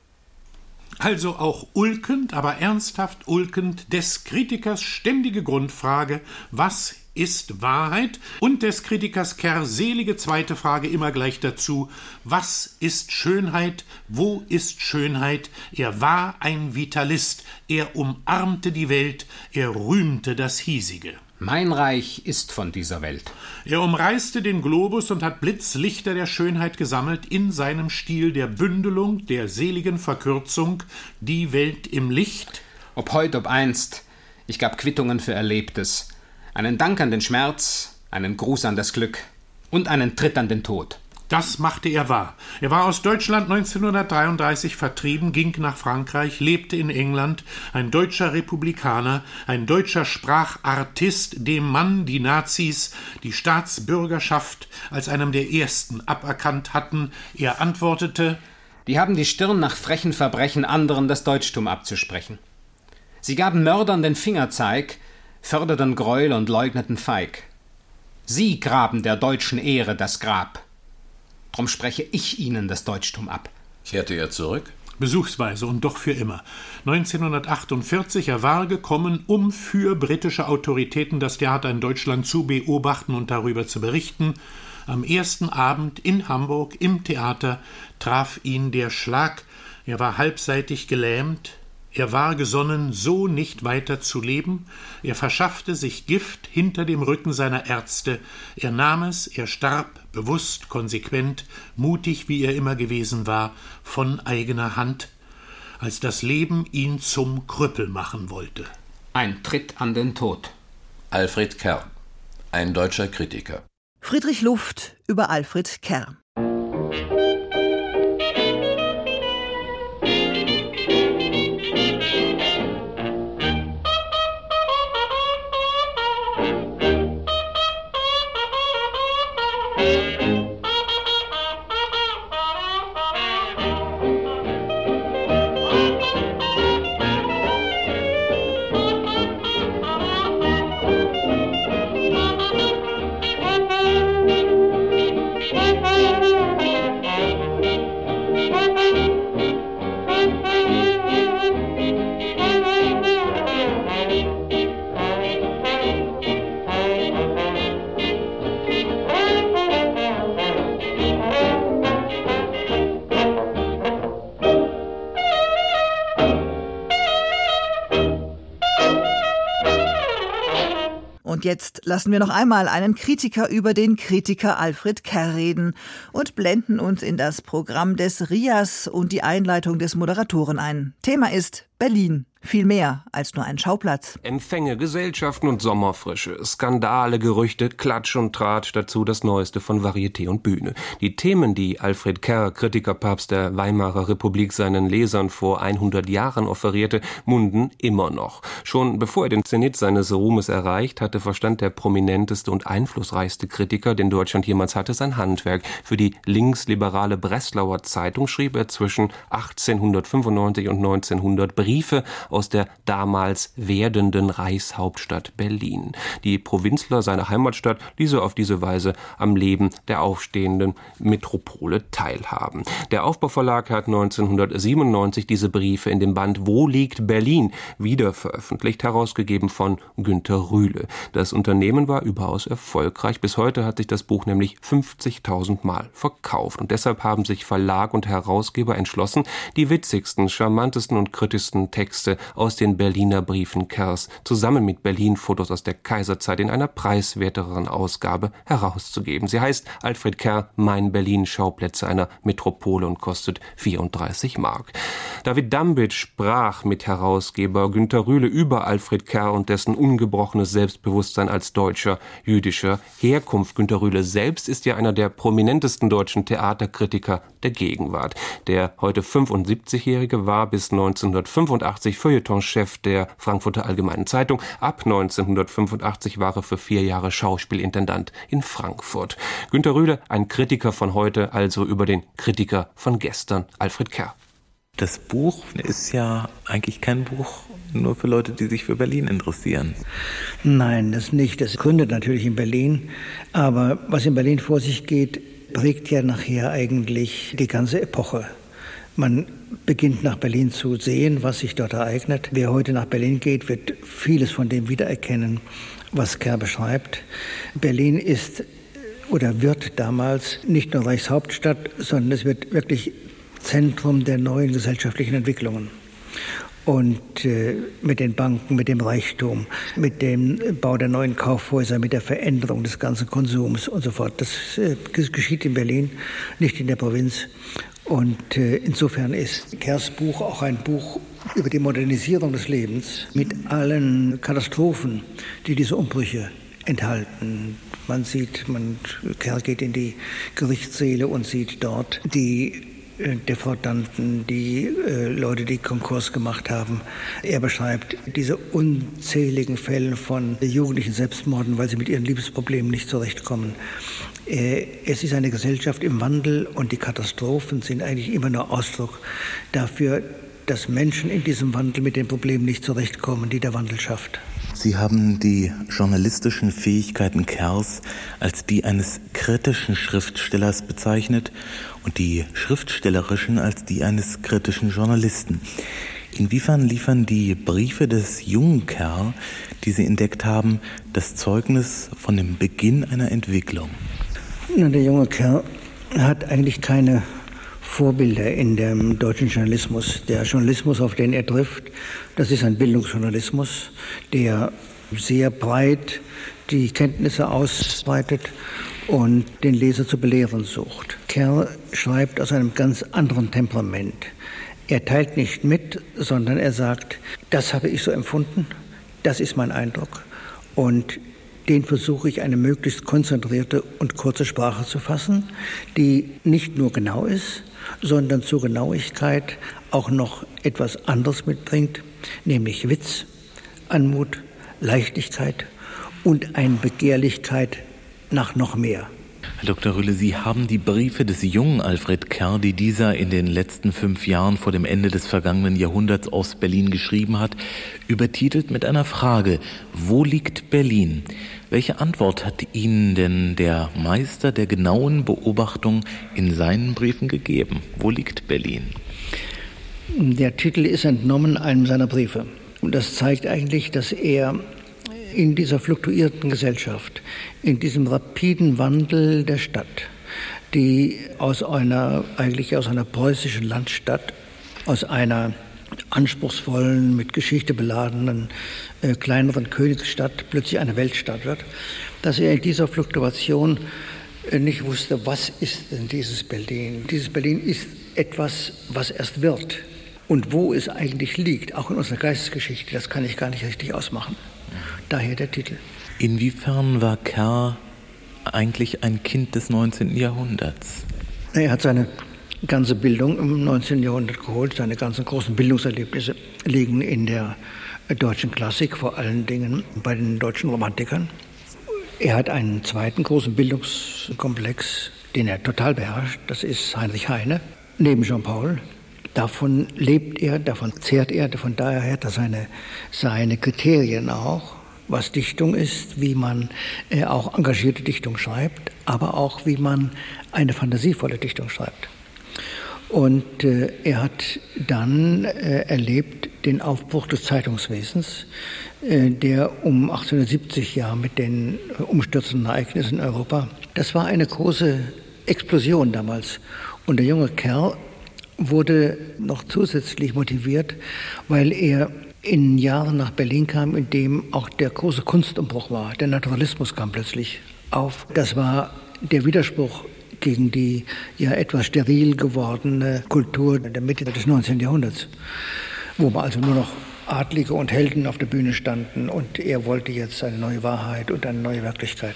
Also auch ulkend, aber ernsthaft ulkend, des Kritikers ständige Grundfrage, was ist Wahrheit? Und des Kritikers Kerr selige zweite Frage immer gleich dazu, was ist Schönheit? Wo ist Schönheit? Er war ein Vitalist, er umarmte die Welt, er rühmte das Hiesige. Mein Reich ist von dieser Welt. Er umreiste den Globus und hat Blitzlichter der Schönheit gesammelt in seinem Stil der Bündelung, der seligen Verkürzung, die Welt im Licht. Ob heut, ob einst, ich gab Quittungen für Erlebtes, einen Dank an den Schmerz, einen Gruß an das Glück und einen Tritt an den Tod. Das machte er wahr. Er war aus Deutschland neunzehnhundertdreiunddreißig vertrieben, ging nach Frankreich, lebte in England, ein deutscher Republikaner, ein deutscher Sprachartist, dem Mann die Nazis die Staatsbürgerschaft als einem der ersten aberkannt hatten. Er antwortete, die haben die Stirn nach frechen Verbrechen anderen das Deutschtum abzusprechen. Sie gaben Mördern den Fingerzeig, förderten Gräuel und leugneten feig. Sie graben der deutschen Ehre das Grab. Drum spreche ich Ihnen das Deutschtum ab. Kehrte er zurück? Besuchsweise und doch für immer. neunzehnhundertachtundvierzig, er war gekommen, um für britische Autoritäten das Theater in Deutschland zu beobachten und darüber zu berichten. Am ersten Abend in Hamburg im Theater traf ihn der Schlag. Er war halbseitig gelähmt. Er war gesonnen, so nicht weiter zu leben. Er verschaffte sich Gift hinter dem Rücken seiner Ärzte. Er nahm es, er starb, bewusst, konsequent, mutig, wie er immer gewesen war, von eigener Hand, als das Leben ihn zum Krüppel machen wollte. Ein Tritt an den Tod. Alfred Kerr, ein deutscher Kritiker. Friedrich Luft über Alfred Kerr. Und jetzt lassen wir noch einmal einen Kritiker über den Kritiker Alfred Kerr reden und blenden uns in das Programm des R I A S und die Einleitung des Moderatoren ein. Thema ist Berlin. Viel mehr als nur ein Schauplatz. Empfänge, Gesellschaften und Sommerfrische, Skandale, Gerüchte, Klatsch und Tratsch, dazu das Neueste von Varieté und Bühne. Die Themen, die Alfred Kerr, Kritikerpapst der Weimarer Republik, seinen Lesern vor hundert Jahren offerierte, munden immer noch. Schon bevor er den Zenit seines Ruhmes erreicht hatte, verstand der prominenteste und einflussreichste Kritiker, den Deutschland jemals hatte, sein Handwerk. Für die linksliberale Breslauer Zeitung schrieb er zwischen achtzehnhundertfünfundneunzig und neunzehnhundert Briefe aus der damals werdenden Reichshauptstadt Berlin. Die Provinzler seiner Heimatstadt ließ er auf diese Weise am Leben der aufstehenden Metropole teilhaben. Der Aufbauverlag hat neunzehnhundertsiebenundneunzig diese Briefe in dem Band Wo liegt Berlin wieder veröffentlicht, herausgegeben von Günter Rühle. Das Unternehmen war überaus erfolgreich. Bis heute hat sich das Buch nämlich fünfzigtausend Mal verkauft. Und deshalb haben sich Verlag und Herausgeber entschlossen, die witzigsten, charmantesten und kritischsten Texte aus den Berliner Briefen Kerrs zusammen mit Berlin-Fotos aus der Kaiserzeit in einer preiswerteren Ausgabe herauszugeben. Sie heißt Alfred Kerr, Mein Berlin, Schauplätze einer Metropole und kostet vierunddreißig Mark. David Dambitsch sprach mit Herausgeber Günter Rühle über Alfred Kerr und dessen ungebrochenes Selbstbewusstsein als Deutscher jüdischer Herkunft. Günter Rühle selbst ist ja einer der prominentesten deutschen Theaterkritiker der Gegenwart. Der heute fünfundsiebzigjährige war bis neunzehnhundertfünfundachtzig Feuilletonchef der Frankfurter Allgemeinen Zeitung. Ab neunzehnhundertfünfundachtzig war er für vier Jahre Schauspielintendant in Frankfurt. Günter Rühle, ein Kritiker von heute, also über den Kritiker von gestern, Alfred Kerr. Das Buch ist ja eigentlich kein Buch nur für Leute, die sich für Berlin interessieren. Nein, das nicht. Das gründet natürlich in Berlin. Aber was in Berlin vor sich geht, prägt ja nachher eigentlich die ganze Epoche. Man beginnt nach Berlin zu sehen, was sich dort ereignet. Wer heute nach Berlin geht, wird vieles von dem wiedererkennen, was Kerr beschreibt. Berlin ist oder wird damals nicht nur Reichshauptstadt, sondern es wird wirklich Zentrum der neuen gesellschaftlichen Entwicklungen. Und äh, mit den Banken, mit dem Reichtum, mit dem Bau der neuen Kaufhäuser, mit der Veränderung des ganzen Konsums und so fort. Das äh, geschieht in Berlin, nicht in der Provinz. Und äh, insofern ist Kerrs Buch auch ein Buch über die Modernisierung des Lebens mit allen Katastrophen, die diese Umbrüche enthalten. Man sieht, man, Kerr geht in die Gerichtssäle und sieht dort die Defraudanten, die äh, Leute, die Konkurs gemacht haben. Er beschreibt diese unzähligen Fälle von jugendlichen Selbstmorden, weil sie mit ihren Liebesproblemen nicht zurechtkommen. Äh, es ist eine Gesellschaft im Wandel und die Katastrophen sind eigentlich immer nur Ausdruck dafür, dass Menschen in diesem Wandel mit den Problemen nicht zurechtkommen, die der Wandel schafft. Sie haben die journalistischen Fähigkeiten Kerrs als die eines kritischen Schriftstellers bezeichnet und die schriftstellerischen als die eines kritischen Journalisten. Inwiefern liefern die Briefe des jungen Kerr, die Sie entdeckt haben, das Zeugnis von dem Beginn einer Entwicklung? Na, der junge Kerr hat eigentlich keine Vorbilder in dem deutschen Journalismus. Der Journalismus, auf den er trifft, das ist ein Bildungsjournalismus, der sehr breit die Kenntnisse ausbreitet und den Leser zu belehren sucht. Kerr schreibt aus einem ganz anderen Temperament. Er teilt nicht mit, sondern er sagt, das habe ich so empfunden, das ist mein Eindruck. Und den versuche ich, eine möglichst konzentrierte und kurze Sprache zu fassen, die nicht nur genau ist, sondern zur Genauigkeit auch noch etwas anderes mitbringt, nämlich Witz, Anmut, Leichtigkeit und eine Begehrlichkeit nach noch mehr. Herr Doktor Rühle, Sie haben die Briefe des jungen Alfred Kerr, die dieser in den letzten fünf Jahren vor dem Ende des vergangenen Jahrhunderts aus Berlin geschrieben hat, übertitelt mit einer Frage: Wo liegt Berlin? Welche Antwort hat Ihnen denn der Meister der genauen Beobachtung in seinen Briefen gegeben? Wo liegt Berlin? Der Titel ist entnommen einem seiner Briefe. Und das zeigt eigentlich, dass er in dieser fluktuierten Gesellschaft, in diesem rapiden Wandel der Stadt, die aus einer, eigentlich aus einer preußischen Landstadt, aus einer anspruchsvollen, mit Geschichte beladenen, äh, kleineren Königsstadt plötzlich eine Weltstadt wird, dass er in dieser Fluktuation äh, nicht wusste, was ist denn dieses Berlin? Dieses Berlin ist etwas, was erst wird. Und wo es eigentlich liegt, auch in unserer Geistesgeschichte, das kann ich gar nicht richtig ausmachen. Daher der Titel. Inwiefern war Kerr eigentlich ein Kind des neunzehnten Jahrhunderts? Er hat seine ganze Bildung im neunzehnten Jahrhundert geholt. Seine ganzen großen Bildungserlebnisse liegen in der deutschen Klassik, vor allen Dingen bei den deutschen Romantikern. Er hat einen zweiten großen Bildungskomplex, den er total beherrscht. Das ist Heinrich Heine, neben Jean-Paul. Davon lebt er, davon zehrt er, von daher hat er seine, seine Kriterien auch, was Dichtung ist, wie man äh, auch engagierte Dichtung schreibt, aber auch wie man eine fantasievolle Dichtung schreibt. Und äh, er hat dann äh, erlebt den Aufbruch des Zeitungswesens, äh, der um achtzehnhundertsiebzig ja mit den äh, umstürzenden Ereignissen in Europa, das war eine große Explosion damals. Und der junge Kerl wurde noch zusätzlich motiviert, weil er in Jahren nach Berlin kam, in dem auch der große Kunstumbruch war. Der Naturalismus kam plötzlich auf. Das war der Widerspruch gegen die ja etwas steril gewordene Kultur der Mitte des neunzehnten Jahrhunderts, wo man also nur noch Adlige und Helden auf der Bühne standen und er wollte jetzt eine neue Wahrheit und eine neue Wirklichkeit.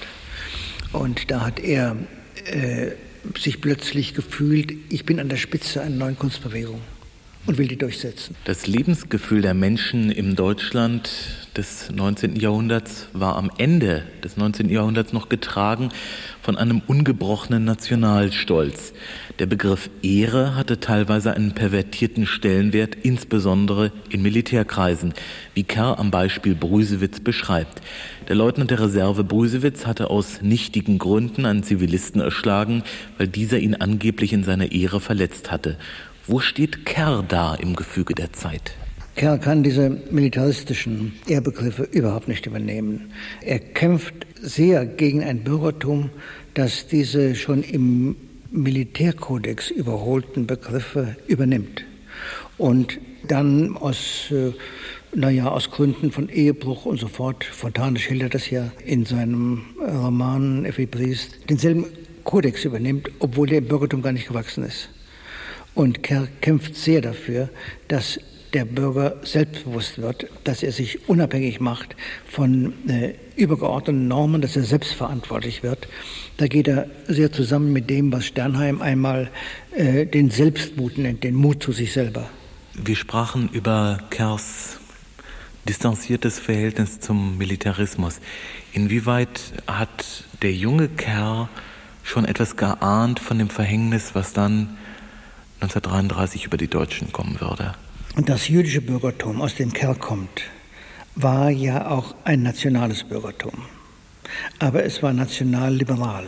Und da hat er äh, sich plötzlich gefühlt, ich bin an der Spitze einer neuen Kunstbewegung und will die durchsetzen. Das Lebensgefühl der Menschen im Deutschland des neunzehnten Jahrhunderts war am Ende des neunzehnten Jahrhunderts noch getragen von einem ungebrochenen Nationalstolz. Der Begriff Ehre hatte teilweise einen pervertierten Stellenwert, insbesondere in Militärkreisen, wie Kerr am Beispiel Brüsewitz beschreibt. Der Leutnant der Reserve Brüsewitz hatte aus nichtigen Gründen einen Zivilisten erschlagen, weil dieser ihn angeblich in seiner Ehre verletzt hatte. Wo steht Kerr da im Gefüge der Zeit? Kerr kann diese militaristischen Ehrbegriffe überhaupt nicht übernehmen. Er kämpft sehr gegen ein Bürgertum, das diese schon im Militärkodex überholten Begriffe übernimmt und dann aus, äh, naja, aus Gründen von Ehebruch und so fort, Fontane schildert das ja in seinem Roman Effi Briest, denselben Kodex übernimmt, obwohl der im Bürgertum gar nicht gewachsen ist. Und Kerr kämpft sehr dafür, dass der Bürger selbstbewusst wird, dass er sich unabhängig macht von äh, übergeordneten Normen, dass er selbstverantwortlich wird. Da geht er sehr zusammen mit dem, was Sternheim einmal äh, den Selbstmut nennt, den Mut zu sich selber. Wir sprachen über Kerrs distanziertes Verhältnis zum Militarismus. Inwieweit hat der junge Kerr schon etwas geahnt von dem Verhängnis, was dann neunzehnhundertdreiunddreißig über die Deutschen kommen würde? Und das jüdische Bürgertum, aus dem Kerr kommt, war ja auch ein nationales Bürgertum. Aber es war national-liberal.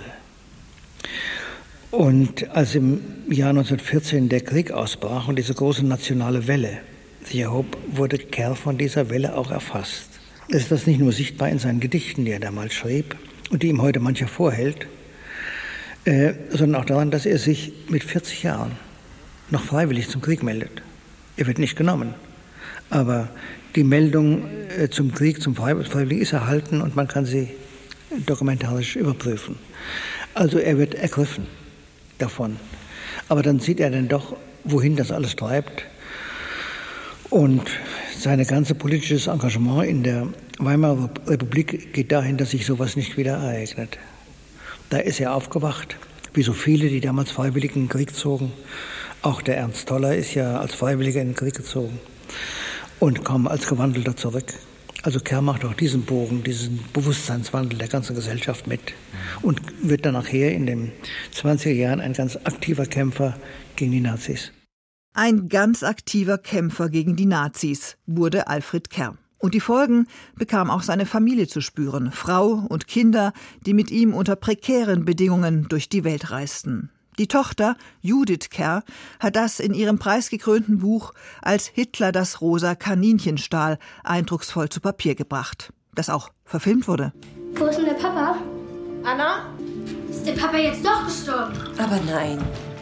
Und als im Jahr neunzehnhundertvierzehn der Krieg ausbrach und diese große nationale Welle sich erhob, wurde Kerr von dieser Welle auch erfasst. Es ist das nicht nur sichtbar in seinen Gedichten, die er damals schrieb und die ihm heute mancher vorhält, äh, sondern auch daran, dass er sich mit vierzig Jahren noch freiwillig zum Krieg meldet. Er wird nicht genommen, aber die Meldung äh, zum Krieg, zum Freiwilligen ist erhalten und man kann sie dokumentarisch überprüfen. Also er wird ergriffen davon. Aber dann sieht er dann doch, wohin das alles treibt. Und sein ganzes politisches Engagement in der Weimarer Republik geht dahin, dass sich sowas nicht wieder ereignet. Da ist er aufgewacht, wie so viele, die damals freiwillig in den Krieg zogen. Auch der Ernst Toller ist ja als Freiwilliger in den Krieg gezogen und kam als Gewandelter zurück. Also Kerr macht auch diesen Bogen, diesen Bewusstseinswandel der ganzen Gesellschaft mit und wird dann nachher in den zwanziger Jahren ein ganz aktiver Kämpfer gegen die Nazis. Ein ganz aktiver Kämpfer gegen die Nazis wurde Alfred Kerr. Und die Folgen bekam auch seine Familie zu spüren, Frau und Kinder, die mit ihm unter prekären Bedingungen durch die Welt reisten. Die Tochter, Judith Kerr, hat das in ihrem preisgekrönten Buch Als Hitler das rosa Kaninchen stahl eindrucksvoll zu Papier gebracht, das auch verfilmt wurde. Wo ist denn der Papa? Anna? Ist der Papa jetzt doch gestorben? Aber nein.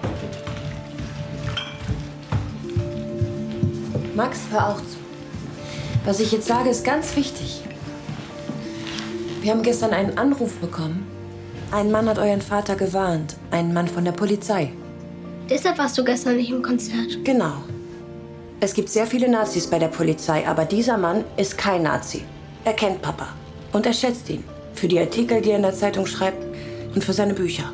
Max, hör auch zu. Was ich jetzt sage, ist ganz wichtig. Wir haben gestern einen Anruf bekommen. Ein Mann hat euren Vater gewarnt. Ein Mann von der Polizei. Deshalb warst du gestern nicht im Konzert? Genau. Es gibt sehr viele Nazis bei der Polizei, aber dieser Mann ist kein Nazi. Er kennt Papa und er schätzt ihn. Für die Artikel, die er in der Zeitung schreibt und für seine Bücher.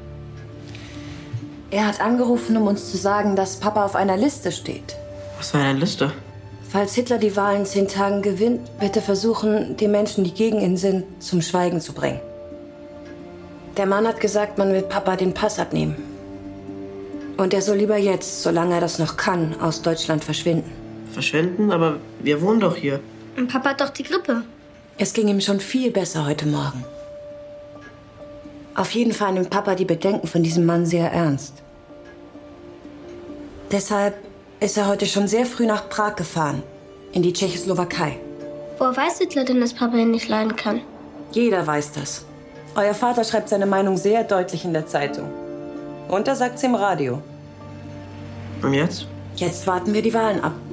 Er hat angerufen, um uns zu sagen, dass Papa auf einer Liste steht. Was für eine Liste? Falls Hitler die Wahl in zehn Tagen gewinnt, wird er versuchen, die Menschen, die gegen ihn sind, zum Schweigen zu bringen. Der Mann hat gesagt, man will Papa den Pass abnehmen. Und er soll lieber jetzt, solange er das noch kann, aus Deutschland verschwinden. Verschwinden? Aber wir wohnen doch hier. Und Papa hat doch die Grippe. Es ging ihm schon viel besser heute Morgen. Auf jeden Fall nimmt Papa die Bedenken von diesem Mann sehr ernst. Deshalb ist er heute schon sehr früh nach Prag gefahren, in die Tschechoslowakei. Woher weiß Hitler denn, dass Papa ihn nicht leiden kann? Jeder weiß das. Euer Vater schreibt seine Meinung sehr deutlich in der Zeitung. Und er sagt's im Radio. Und jetzt? Jetzt warten wir die Wahlen ab.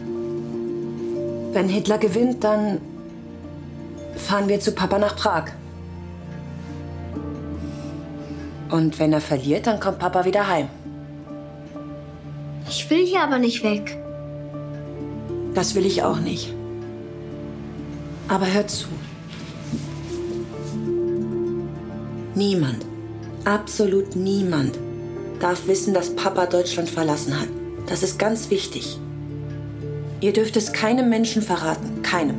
Wenn Hitler gewinnt, dann fahren wir zu Papa nach Prag. Und wenn er verliert, dann kommt Papa wieder heim. Ich will hier aber nicht weg. Das will ich auch nicht. Aber hört zu. Niemand, absolut niemand, darf wissen, dass Papa Deutschland verlassen hat. Das ist ganz wichtig. Ihr dürft es keinem Menschen verraten. Keinem.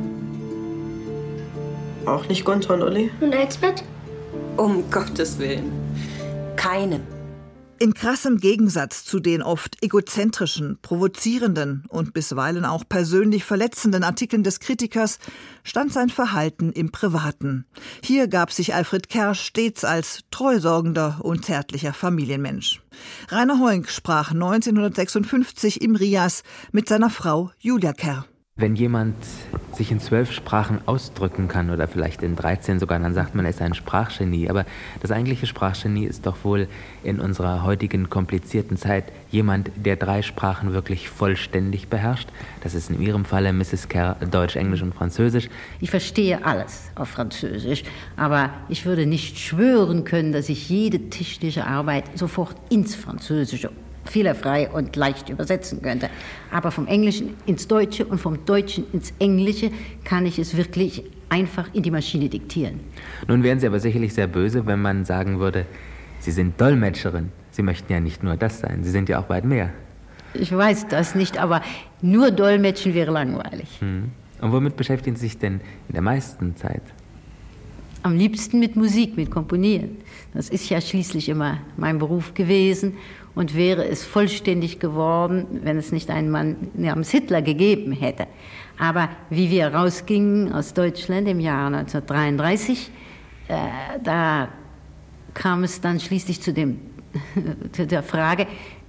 Auch nicht Gunther und Uli? Und Elsbeth? Um Gottes Willen. Keinem. In krassem Gegensatz zu den oft egozentrischen, provozierenden und bisweilen auch persönlich verletzenden Artikeln des Kritikers stand sein Verhalten im Privaten. Hier gab sich Alfred Kerr stets als treusorgender und zärtlicher Familienmensch. Rainer Heunk sprach neunzehnhundertsechsundfünfzig im Rias mit seiner Frau Julia Kerr. Wenn jemand sich in zwölf Sprachen ausdrücken kann oder vielleicht in dreizehn sogar, dann sagt man, er ist ein Sprachgenie. Aber das eigentliche Sprachgenie ist doch wohl in unserer heutigen komplizierten Zeit jemand, der drei Sprachen wirklich vollständig beherrscht. Das ist in Ihrem Falle, Misses Kerr, Deutsch, Englisch und Französisch. Ich verstehe alles auf Französisch, aber ich würde nicht schwören können, dass ich jede technische Arbeit sofort ins Französische fehlerfrei und leicht übersetzen könnte. Aber vom Englischen ins Deutsche und vom Deutschen ins Englische kann ich es wirklich einfach in die Maschine diktieren. Nun wären Sie aber sicherlich sehr böse, wenn man sagen würde, Sie sind Dolmetscherin. Sie möchten ja nicht nur das sein, Sie sind ja auch weit mehr. Ich weiß das nicht, aber nur Dolmetschen wäre langweilig. Hm. Und womit beschäftigen Sie sich denn in der meisten Zeit? Am liebsten mit Musik, mit Komponieren. Das ist ja schließlich immer mein Beruf gewesen und wäre es vollständig geworden, wenn es nicht einen Mann namens Hitler gegeben hätte. Aber wie wir rausgingen aus Deutschland im Jahr neunzehnhundertdreiunddreißig, äh, da kam es dann schließlich zu, dem, zu der Frage,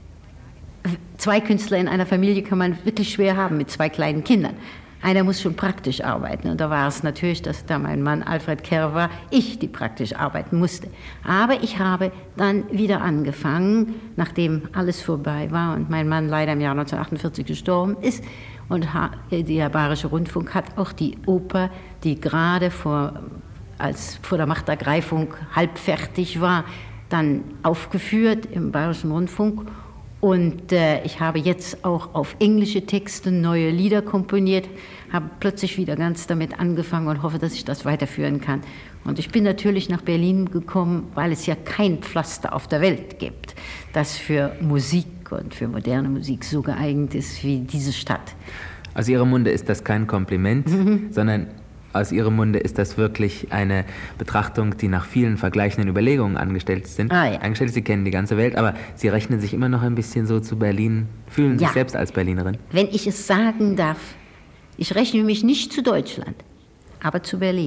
zwei Künstler in einer Familie kann man wirklich schwer haben mit zwei kleinen Kindern. Einer muss schon praktisch arbeiten. Und da war es natürlich, dass da mein Mann Alfred Kerr war, ich, die praktisch arbeiten musste. Aber ich habe dann wieder angefangen, nachdem alles vorbei war und mein Mann leider im Jahr neunzehnhundertachtundvierzig gestorben ist. Und der Bayerische Rundfunk hat auch die Oper, die gerade vor, als vor der Machtergreifung halb fertig war, dann aufgeführt im Bayerischen Rundfunk. Und äh, ich habe jetzt auch auf englische Texte neue Lieder komponiert, habe plötzlich wieder ganz damit angefangen und hoffe, dass ich das weiterführen kann. Und ich bin natürlich nach Berlin gekommen, weil es ja kein Pflaster auf der Welt gibt, das für Musik und für moderne Musik so geeignet ist wie diese Stadt. Aus Ihrem Munde ist das kein Kompliment, mhm. sondern aus Ihrem Munde ist das wirklich eine Betrachtung, die nach vielen vergleichenden Überlegungen angestellt sind. Ah, ja. Angestellt, Sie kennen die ganze Welt, aber Sie rechnen sich immer noch ein bisschen so zu Berlin, fühlen ja. sich selbst als Berlinerin. Wenn ich es sagen darf, ich rechne mich nicht zu Deutschland, aber zu Berlin.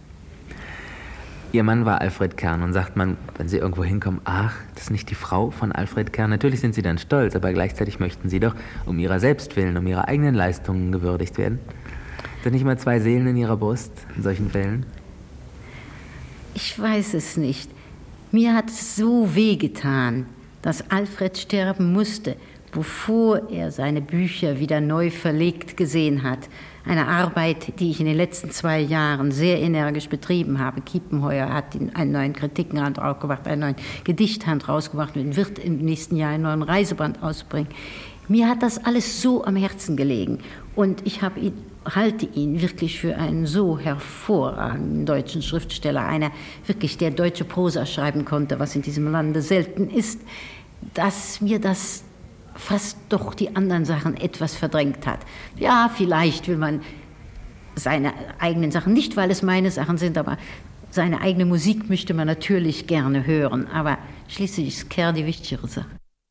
Ihr Mann war Alfred Kerr und sagt man, wenn Sie irgendwo hinkommen, ach, das ist nicht die Frau von Alfred Kerr. Natürlich sind Sie dann stolz, aber gleichzeitig möchten Sie doch um Ihrer selbst willen, um Ihrer eigenen Leistungen gewürdigt werden. Sind nicht mal zwei Seelen in Ihrer Brust in solchen Fällen? Ich weiß es nicht. Mir hat es so wehgetan, dass Alfred sterben musste, bevor er seine Bücher wieder neu verlegt gesehen hat. Eine Arbeit, die ich in den letzten zwei Jahren sehr energisch betrieben habe. Kiepenheuer hat einen neuen Kritikenhand rausgebracht, einen neuen Gedichthand rausgebracht und wird im nächsten Jahr einen neuen Reiseband ausbringen. Mir hat das alles so am Herzen gelegen und ich habe ihn, halte ihn wirklich für einen so hervorragenden deutschen Schriftsteller, einer wirklich, der deutsche Prosa schreiben konnte, was in diesem Lande selten ist, dass mir das fast doch die anderen Sachen etwas verdrängt hat. Ja, vielleicht will man seine eigenen Sachen, nicht weil es meine Sachen sind, aber seine eigene Musik möchte man natürlich gerne hören, aber schließlich ist Kerr die wichtigere Sache.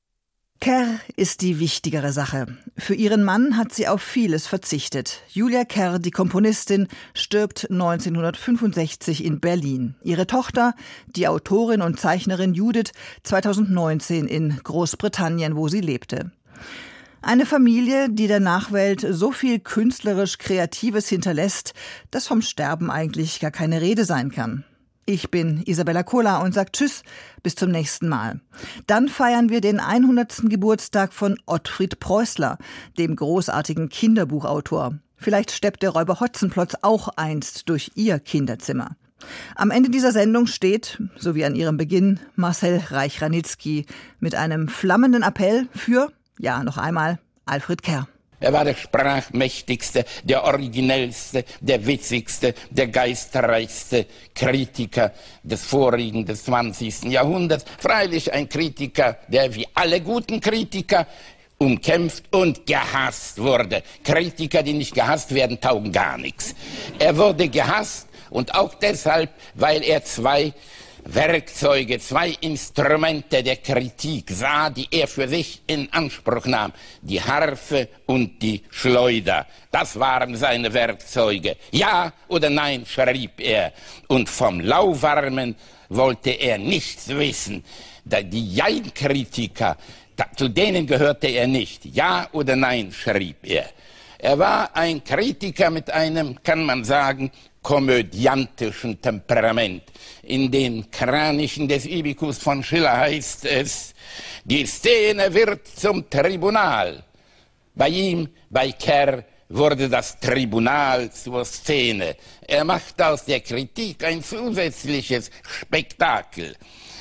Kerr ist die wichtigere Sache. Für ihren Mann hat sie auf vieles verzichtet. Julia Kerr, die Komponistin, stirbt neunzehnhundertfünfundsechzig in Berlin. Ihre Tochter, die Autorin und Zeichnerin Judith, zweitausendneunzehn in Großbritannien, wo sie lebte. Eine Familie, die der Nachwelt so viel künstlerisch Kreatives hinterlässt, dass vom Sterben eigentlich gar keine Rede sein kann. Ich bin Isabella Kola und sag Tschüss, bis zum nächsten Mal. Dann feiern wir den hundertsten Geburtstag von Ottfried Preußler, dem großartigen Kinderbuchautor. Vielleicht steppt der Räuber Hotzenplotz auch einst durch ihr Kinderzimmer. Am Ende dieser Sendung steht, so wie an ihrem Beginn, Marcel Reich-Ranitzky mit einem flammenden Appell für, ja noch einmal, Alfred Kerr. Er war der sprachmächtigste, der originellste, der witzigste, der geistreichste Kritiker des vorigen, des zwanzigsten Jahrhunderts. Freilich ein Kritiker, der wie alle guten Kritiker umkämpft und gehasst wurde. Kritiker, die nicht gehasst werden, taugen gar nichts. Er wurde gehasst und auch deshalb, weil er zwei Werkzeuge, zwei Instrumente der Kritik sah, die er für sich in Anspruch nahm. Die Harfe und die Schleuder. Das waren seine Werkzeuge. Ja oder nein, schrieb er. Und vom Lauwarmen wollte er nichts wissen. Die Jein-Kritiker, zu denen gehörte er nicht. Ja oder nein, schrieb er. Er war ein Kritiker mit einem, kann man sagen, komödiantischen Temperament. In den Kranichen des Ibikus von Schiller heißt es, die Szene wird zum Tribunal. Bei ihm, bei Kerr, wurde das Tribunal zur Szene. Er machte aus der Kritik ein zusätzliches Spektakel.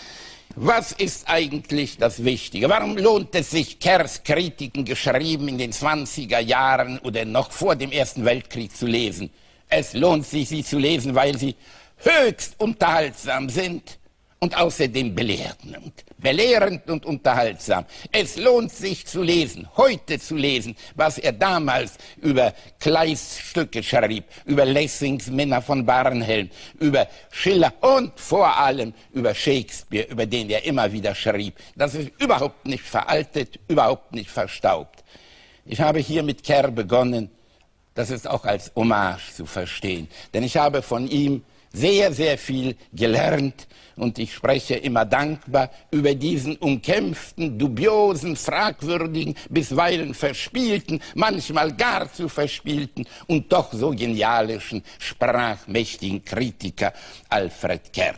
Was ist eigentlich das Wichtige? Warum lohnt es sich, Kerrs Kritiken, geschrieben in den zwanziger Jahren oder noch vor dem Ersten Weltkrieg, zu lesen? Es lohnt sich, sie zu lesen, weil sie höchst unterhaltsam sind und außerdem belehrend. Belehrend und unterhaltsam. Es lohnt sich zu lesen, heute zu lesen, was er damals über Kleists Stücke schrieb, über Lessings Männer von Barnhelm, über Schiller und vor allem über Shakespeare, über den er immer wieder schrieb. Das ist überhaupt nicht veraltet, überhaupt nicht verstaubt. Ich habe hier mit Kerr begonnen. Das ist auch als Hommage zu verstehen. Denn ich habe von ihm sehr, sehr viel gelernt und ich spreche immer dankbar über diesen umkämpften, dubiosen, fragwürdigen, bisweilen verspielten, manchmal gar zu verspielten und doch so genialischen, sprachmächtigen Kritiker Alfred Kerr.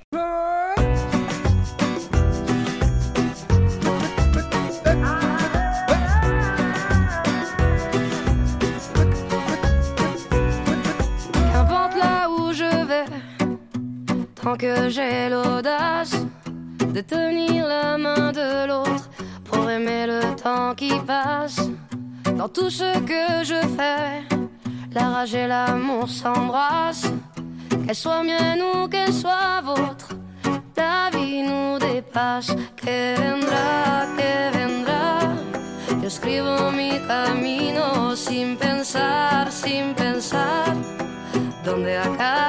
Tant que j'ai l'audace de tenir la main de l'autre pour aimer le temps qui passe. Dans tout ce que je fais, la rage et l'amour s'embrassent. Qu'elle soit mienne ou qu'elle soit vôtre, la vie nous dépasse. Que vendrá, que vendrá. Yo escribo mi camino sin pensar, sin pensar. Donde acá